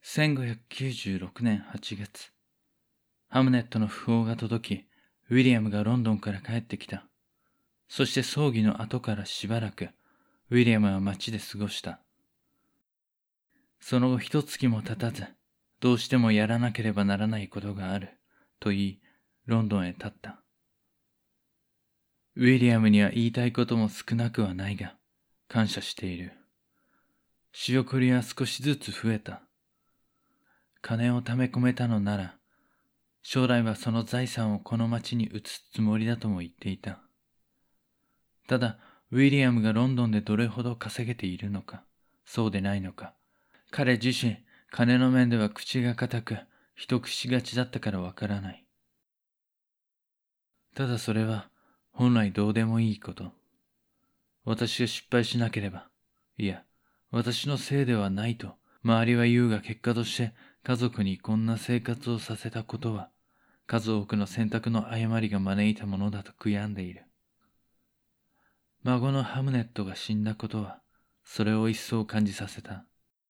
1596年8月、ハムネットの訃報が届き、ウィリアムがロンドンから帰ってきた。そして葬儀の後からしばらく、ウィリアムは街で過ごした。その後一月も経たず、どうしてもやらなければならないことがある、と言い、ロンドンへ立った。ウィリアムには言いたいことも少なくはないが、感謝している。仕送りは少しずつ増えた。金を貯め込めたのなら、将来はその財産をこの町に移すつもりだとも言っていた。ただ、ウィリアムがロンドンでどれほど稼げているのか、そうでないのか、彼自身、金の面では口が固く、一口がちだったからわからない。ただそれは、本来どうでもいいこと。私が失敗しなければ、いや、私のせいではないと、周りは言うが結果として家族にこんな生活をさせたことは、数多くの選択の誤りが招いたものだと悔やんでいる。孫のハムネットが死んだことは、それを一層感じさせた。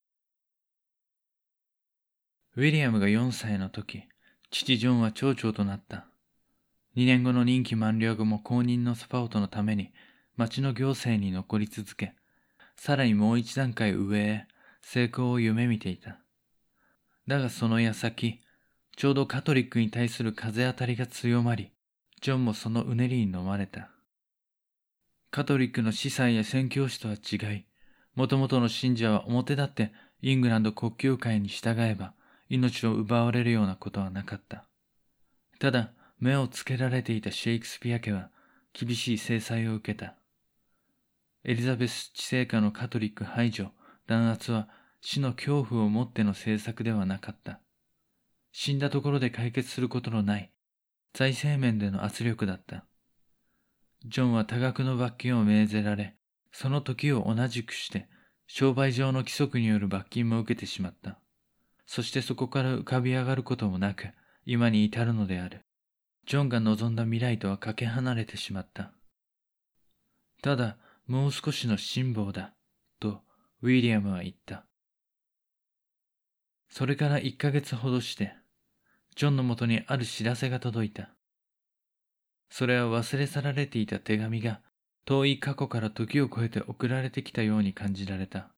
ウィリアムが4歳の時、父ジョンは町長となった。2年後の任期満了後も後任のスパウトのために町の行政に残り続け、さらにもう一段階上へ成功を夢見ていた。だがその矢先、ちょうどカトリックに対する風当たりが強まり、ジョンもそのうねりに飲まれた。カトリックの司祭や宣教師とは違い、もともとの信者は表立ってイングランド国教会に従えば命を奪われるようなことはなかった。ただ、目をつけられていたシェイクスピア家は厳しい制裁を受けた。エリザベス治世下のカトリック排除、弾圧は死の恐怖をもっての政策ではなかった。死んだところで解決することのない財政面での圧力だった。ジョンは多額の罰金を命ぜられ、その時を同じくして商売上の規則による罰金も受けてしまった。そしてそこから浮かび上がることもなく、今に至るのである。ジョンが望んだ未来とはかけ離れてしまった。ただ、もう少しの辛抱だ、とウィリアムは言った。それから1ヶ月ほどして、ジョンのもとにある知らせが届いた。それは忘れ去られていた手紙が、遠い過去から時を超えて送られてきたように感じられた。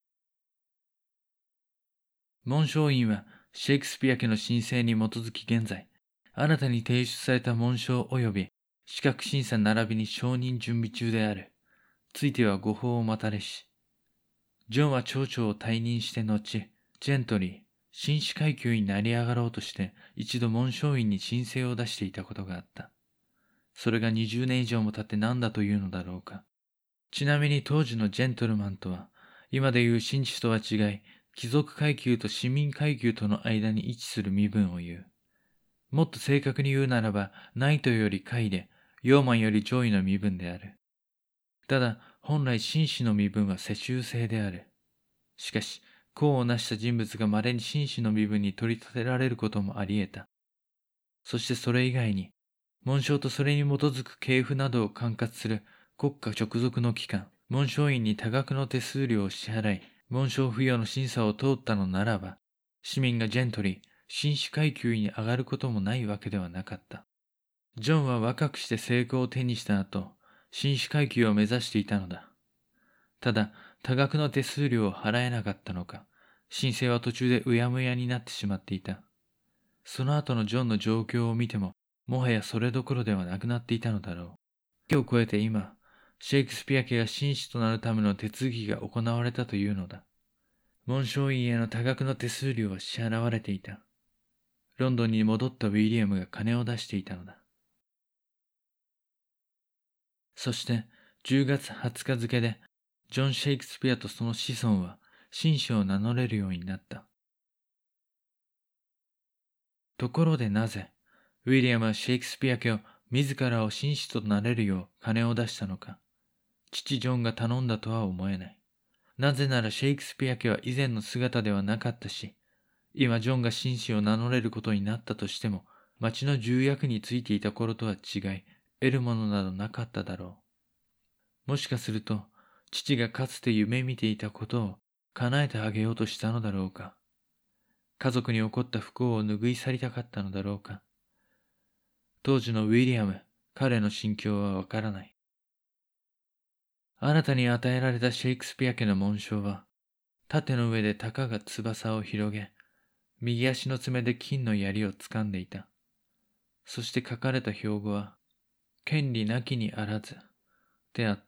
紋章院は、シェイクスピア家の申請に基づき現在、新たに提出された紋章及び資格審査並びに承認準備中である。ついてはご法を待たれし。ジョンは町長を退任して後、ジェントリー、紳士階級になり上がろうとして一度紋章院に申請を出していたことがあった。それが20年以上も経って何だというのだろうか。ちなみに当時のジェントルマンとは、今でいう紳士とは違い、貴族階級と市民階級との間に位置する身分を言う。もっと正確に言うならば、ナイトより下位で、ヨーマンより上位の身分である。ただ、本来紳士の身分は世襲制である。しかし、功を成した人物が稀に紳士の身分に取り立てられることもあり得た。そしてそれ以外に、紋章とそれに基づく系譜などを管轄する国家直属の機関、紋章院に多額の手数料を支払い、紋章付与の審査を通ったのならば、市民がジェントリー、紳士階級に上がることもないわけではなかった。ジョンは若くして成功を手にした後、紳士階級を目指していたのだ。ただ、多額の手数料を払えなかったのか、申請は途中でうやむやになってしまっていた。その後のジョンの状況を見ても、もはやそれどころではなくなっていたのだろう。時を超えて今、シェイクスピア家が紳士となるための手続きが行われたというのだ。紋章院への多額の手数料は支払われていた。ロンドンに戻ったウィリアムが金を出していたのだ。そして10月20日付でジョン・シェイクスピアとその子孫は紳士を名乗れるようになった。ところでなぜウィリアムはシェイクスピア家を自らを紳士となれるよう金を出したのか。父ジョンが頼んだとは思えない。なぜならシェイクスピア家は以前の姿ではなかったし、今ジョンが紳士を名乗れることになったとしても、町の重役についていた頃とは違い、得るものなどなかっただろう。もしかすると、父がかつて夢見ていたことを叶えてあげようとしたのだろうか。 家族に起こった不幸を拭い去りたかったのだろうか。当時のウィリアム、彼の心境はわからない。新たに与えられたシェイクスピア家の紋章は、盾の上でたかが翼を広げ、右足の爪で金の槍を掴んでいた。そして書かれた標語は、権利なきにあらず、であった。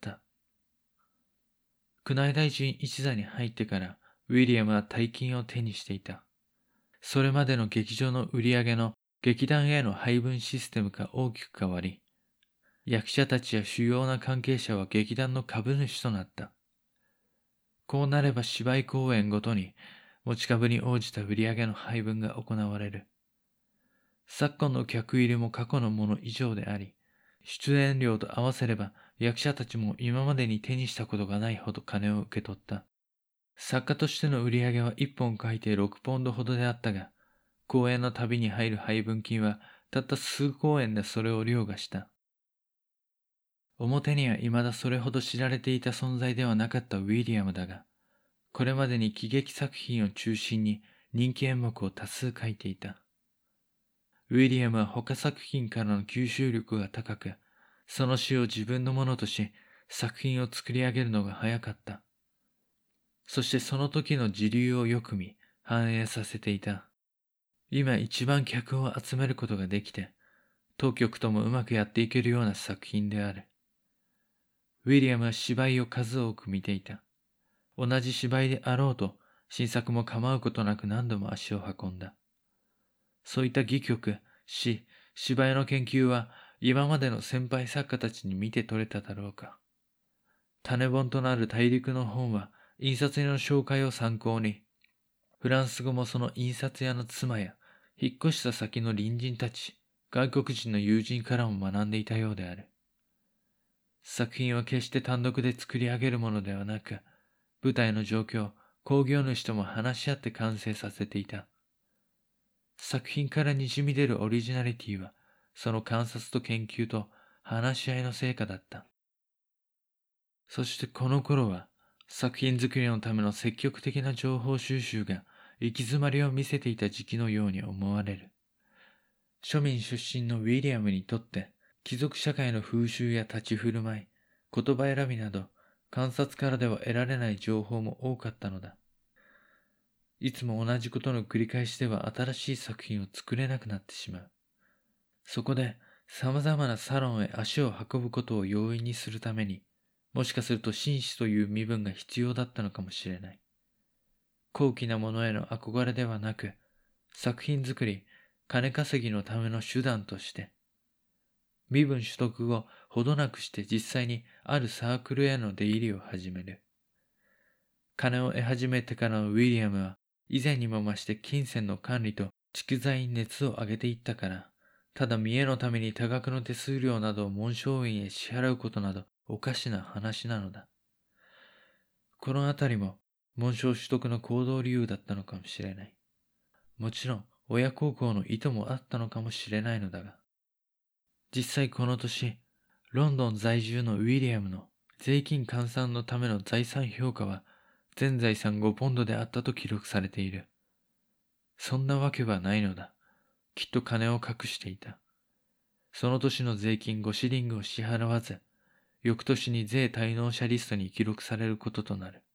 宮内大臣一座に入ってから、ウィリアムは大金を手にしていた。それまでの劇場の売り上げの劇団への配分システムが大きく変わり、役者たちや主要な関係者は劇団の株主となった。こうなれば芝居公演ごとに持ち株に応じた売り上げの配分が行われる。昨今の客入りも過去のもの以上であり、出演料と合わせれば役者たちも今までに手にしたことがないほど金を受け取った。作家としての売り上げは1本書いて6ポンドほどであったが、公演のたびに入る配分金はたった数公演でそれを凌駕した。表には未だそれほど知られていた存在ではなかったウィリアムだが、これまでに喜劇作品を中心に人気演目を多数書いていた。ウィリアムは他作品からの吸収力が高く、その詩を自分のものとし、作品を作り上げるのが早かった。そしてその時の時流をよく見、反映させていた。今一番客を集めることができて、当局ともうまくやっていけるような作品である。ウィリアムは芝居を数多く見ていた。同じ芝居であろうと、新作も構うことなく何度も足を運んだ。そういった戯曲、詩、芝居の研究は今までの先輩作家たちに見て取れただろうか。種本となる大陸の本は印刷屋の紹介を参考に、フランス語もその印刷屋の妻や引っ越した先の隣人たち、外国人の友人からも学んでいたようである。作品は決して単独で作り上げるものではなく、舞台の状況、興行主とも話し合って完成させていた。作品からにじみ出るオリジナリティは、その観察と研究と話し合いの成果だった。そしてこの頃は、作品作りのための積極的な情報収集が行き詰まりを見せていた時期のように思われる。庶民出身のウィリアムにとって、貴族社会の風習や立ち振る舞い、言葉選びなど、観察からでは得られない情報も多かったのだ。いつも同じことの繰り返しでは新しい作品を作れなくなってしまう。そこで様々なサロンへ足を運ぶことを容易にするために、もしかすると紳士という身分が必要だったのかもしれない。高貴なものへの憧れではなく、作品作り、金稼ぎのための手段として、身分取得後、ほどなくして実際にあるサークルへの出入りを始める。金を得始めてからのウィリアムは、以前にも増して金銭の管理と蓄財に熱を上げていったから、ただ見栄のために多額の手数料などを紋章院へ支払うことなどおかしな話なのだ。このあたりも紋章取得の行動理由だったのかもしれない。もちろん親孝行の意図もあったのかもしれないのだが、実際この年、ロンドン在住のウィリアムの税金換算のための財産評価は全財産5ポンドであったと記録されている。そんなわけはないのだ。きっと金を隠していた。その年の税金5シリングを支払わず、翌年に税滞納者リストに記録されることとなる。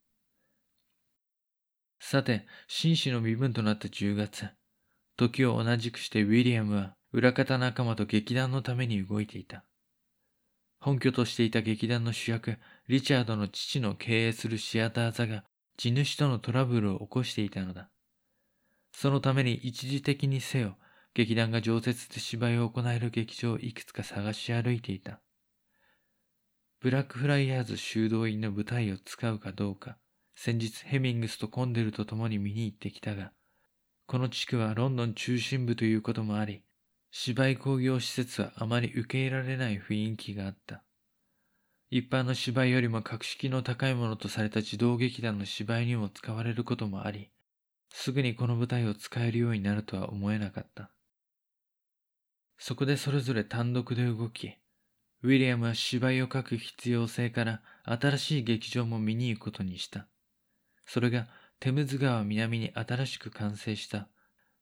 さて、紳士の身分となった10月、時を同じくしてウィリアムは裏方仲間と劇団のために動いていた。本拠としていた劇団の主役、リチャードの父の経営するシアター座が地主とのトラブルを起こしていたのだ。そのために一時的にせよ、劇団が常設で芝居を行える劇場をいくつか探し歩いていた。ブラックフライヤーズ修道院の舞台を使うかどうか、先日ヘミングスとコンデルと共に見に行ってきたが、この地区はロンドン中心部ということもあり、芝居興行施設はあまり受け入れられない雰囲気があった。一般の芝居よりも格式の高いものとされた児童劇団の芝居にも使われることもあり、すぐにこの舞台を使えるようになるとは思えなかった。そこでそれぞれ単独で動き、ウィリアムは芝居を書く必要性から新しい劇場も見に行くことにした。それがテムズ川南に新しく完成した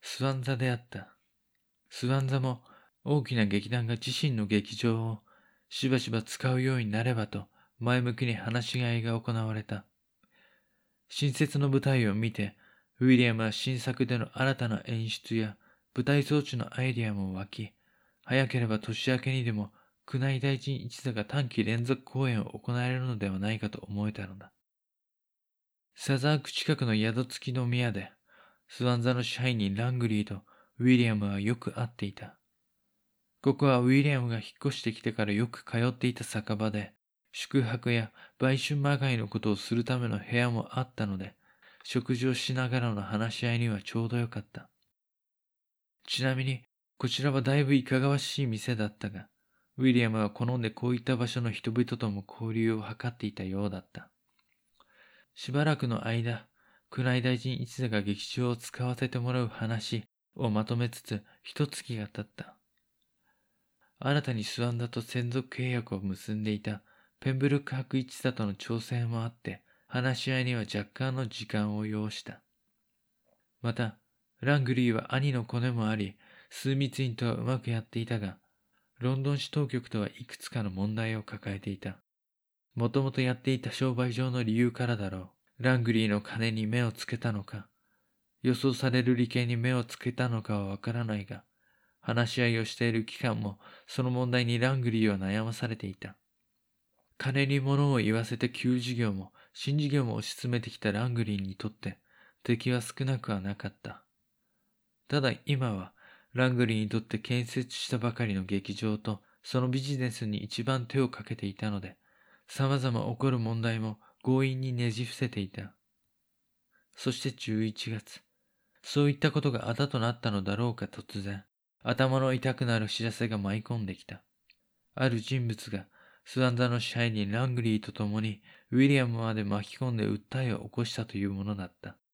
スワン座であった。スワン座も大きな劇団が自身の劇場をしばしば使うようになればと前向きに話し合いが行われた。新設の舞台を見て、ウィリアムは新作での新たな演出や舞台装置のアイデアも湧き、早ければ年明けにでも宮内大臣一座が短期連続公演を行えるのではないかと思えたのだ。サザーク近くの宿付きの宮で、スワン座の支配人ラングリーとウィリアムはよく会っていた。ここはウィリアムが引っ越してきてからよく通っていた酒場で、宿泊や売春まがいのことをするための部屋もあったので、食事をしながらの話し合いにはちょうどよかった。ちなみに、こちらはだいぶいかがわしい店だったが、ウィリアムは好んでこういった場所の人々とも交流を図っていたようだった。しばらくの間、宮内大臣一座が劇場を使わせてもらう話をまとめつつ、一月が経った。新たにスワン座と専属契約を結んでいたペンブルック博一座との調整もあって、話し合いには若干の時間を要した。また、ラングリーは兄の子でもあり、枢密院とはうまくやっていたが、ロンドン市当局とはいくつかの問題を抱えていた。もともとやっていた商売上の理由からだろう。ラングリーの金に目をつけたのか、予想される利権に目をつけたのかはわからないが、話し合いをしている期間も、その問題にラングリーは悩まされていた。金に物を言わせて旧事業も、新事業も推し進めてきたラングリーにとって、敵は少なくはなかった。ただ今は、ラングリーにとって建設したばかりの劇場と、そのビジネスに一番手をかけていたので、様々起こる問題も強引にねじ伏せていた。そして11月、そういったことがあだとなったのだろうか突然、頭の痛くなる知らせが舞い込んできた。ある人物が、スワン座の支配人ラングリーと共に、ウィリアムまで巻き込んで訴えを起こしたというものだった。